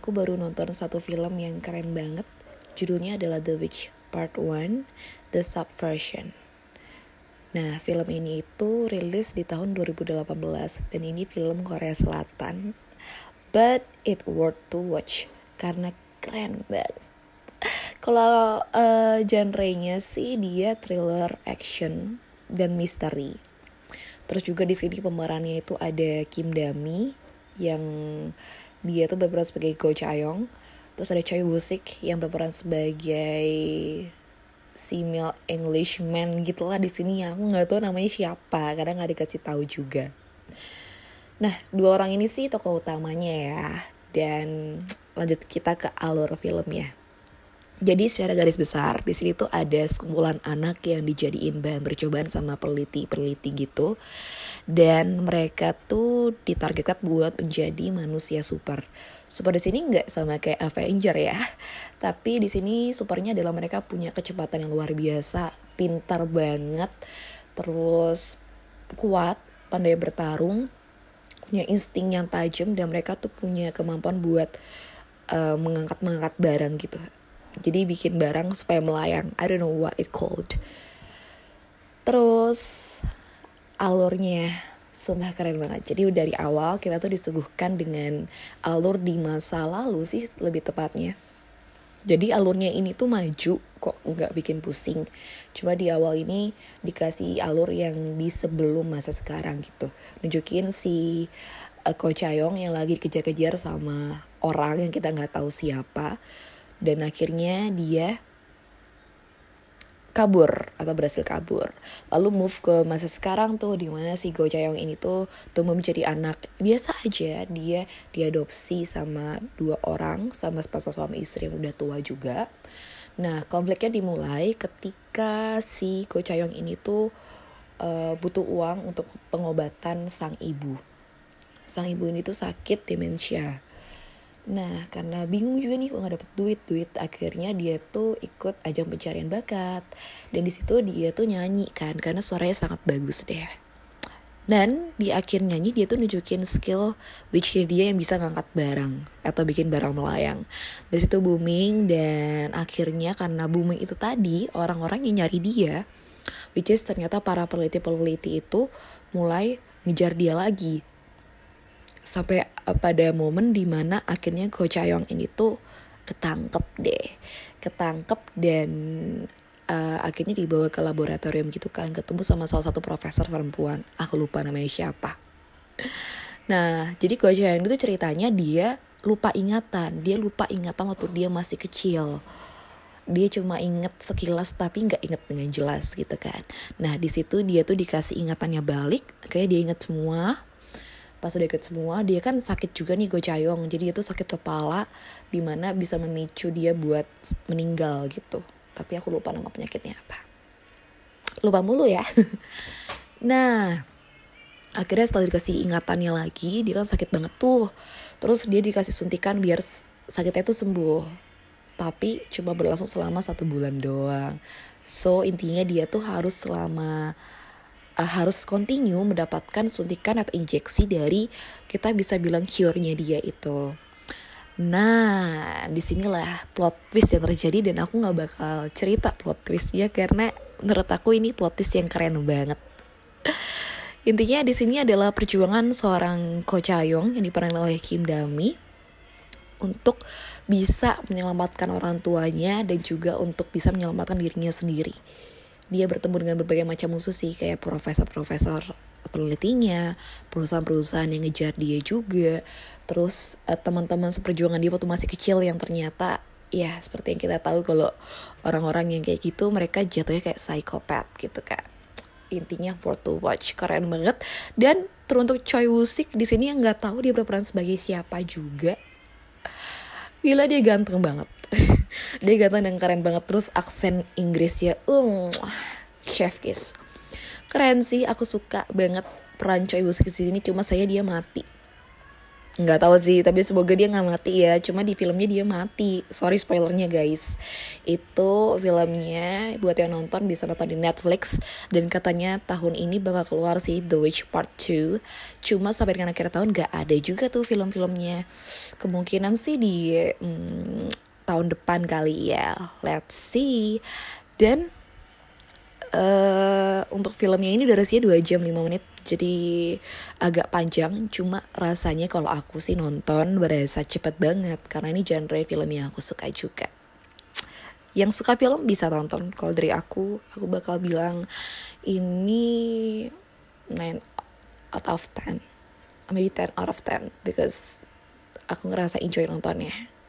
aku baru nonton satu film yang keren banget. Judulnya adalah The Witch Part 1, The Subversion. Nah, film ini itu rilis di tahun 2018 dan ini film Korea Selatan. But it worth to watch karena keren banget. Kalau genre-nya sih dia thriller, action, dan misteri. Terus juga di sini pemerannya itu ada Kim Dami yang dia tuh berperan sebagai Go Cha-young. Terus ada Choi Woo-sik yang berperan sebagai female Englishman gitulah di sini ya. Aku nggak tahu namanya siapa karena nggak dikasih tahu juga. Nah, dua orang ini sih tokoh utamanya ya. Dan lanjut kita ke alur filmnya. Jadi secara garis besar di sini tuh ada sekumpulan anak yang dijadiin bahan percobaan sama peneliti gitu. Dan mereka tuh ditargetkan buat menjadi manusia super. Super di sini nggak sama kayak Avenger ya. Tapi di sini supernya adalah mereka punya kecepatan yang luar biasa, pintar banget, terus kuat, pandai bertarung, punya insting yang tajam, dan mereka tuh punya kemampuan buat mengangkat barang gitu. Jadi bikin barang supaya melayang. I don't know what it called. Terus alurnya sumpah keren banget. Jadi dari awal kita tuh disuguhkan dengan alur di masa lalu sih lebih tepatnya. Jadi alurnya ini tuh maju kok nggak bikin pusing. Cuma di awal ini dikasih alur yang di sebelum masa sekarang gitu. Nunjukin si Ko Cha-young yang lagi dikejar-kejar sama orang yang kita nggak tahu siapa. Dan akhirnya dia kabur atau berhasil kabur. Lalu move ke masa sekarang tuh di mana si Go Cha-young ini tuh tumbuh menjadi anak biasa aja. Dia diadopsi sama dua orang, sama sepasang suami istri yang udah tua juga. Nah, konfliknya dimulai ketika si Go Cha-young ini tuh butuh uang untuk pengobatan sang ibu. Sang ibu ini tuh sakit demensia. Nah, karena bingung juga nih kok gak dapet duit, akhirnya dia tuh ikut ajang pencarian bakat. Dan di situ dia tuh nyanyi kan, karena suaranya sangat bagus deh. Dan di akhir nyanyi dia tuh nunjukin skill which dia yang bisa ngangkat barang atau bikin barang melayang. Dari situ booming, dan akhirnya karena booming itu tadi, orang-orang yang nyari dia, which is ternyata para peneliti-peneliti itu mulai ngejar dia lagi. Sampai pada momen dimana akhirnya Go Cha-young ini tuh ketangkep dan akhirnya dibawa ke laboratorium gitu kan, ketemu sama salah satu profesor perempuan, aku lupa namanya siapa. Nah, jadi Go Cha-young itu ceritanya dia lupa ingatan waktu dia masih kecil. Dia cuma inget sekilas tapi nggak inget dengan jelas gitu kan. Nah, di situ dia tuh dikasih ingatannya balik, kayak dia inget semua. Pas udah ikut semua, dia kan sakit juga nih Go Cha-young. Jadi dia tuh sakit kepala, dimana bisa memicu dia buat meninggal gitu. Tapi aku lupa nama penyakitnya apa. Lupa mulu ya. Nah, akhirnya setelah dikasih ingatannya lagi, dia kan sakit banget tuh. Terus dia dikasih suntikan biar sakitnya tuh sembuh. Tapi cuma berlangsung selama 1 bulan doang. So intinya dia tuh harus harus continue mendapatkan suntikan atau injeksi dari, kita bisa bilang, cure-nya dia itu. Nah, disinilah plot twist yang terjadi, dan aku nggak bakal cerita plot twistnya karena menurut aku ini plot twist yang keren banget. Intinya di sini adalah perjuangan seorang Ko Cha-young yang diperankan oleh Kim Dami untuk bisa menyelamatkan orang tuanya dan juga untuk bisa menyelamatkan dirinya sendiri. Dia bertemu dengan berbagai macam musuh sih, kayak profesor-profesor penelitinya, perusahaan-perusahaan yang ngejar dia juga, terus teman-teman seperjuangan dia waktu masih kecil yang ternyata ya seperti yang kita tahu kalau orang-orang yang kayak gitu mereka jatuhnya kayak psikopat gitu kan. Intinya worth to watch, keren banget. Dan teruntuk Choi Woo-sik di sini yang nggak tahu dia berperan sebagai siapa juga. Gila, dia ganteng banget. Dia ganteng dan keren banget. Terus aksen Inggrisnya chef kiss. Keren sih, aku suka banget peran Choi Woo-sik di sini. Cuma saya dia mati. Nggak tahu sih, tapi semoga dia nggak mati ya. Cuma di filmnya dia mati. Sorry spoilernya guys. Itu filmnya buat yang nonton bisa nonton di Netflix. Dan katanya tahun ini bakal keluar sih The Witch Part 2. Cuma sampai dengan akhir tahun nggak ada juga tuh film-filmnya. Kemungkinan sih di tahun depan kali ya. Let's see. Dan untuk filmnya ini durasinya 2 jam 5 menit. Jadi agak panjang. Cuma rasanya kalau aku sih nonton berasa cepet banget. Karena ini genre film yang aku suka juga. Yang suka film bisa tonton. Kalau dari aku bakal bilang ini 9 out of 10. Maybe 10 out of 10. Because aku ngerasa enjoy nontonnya.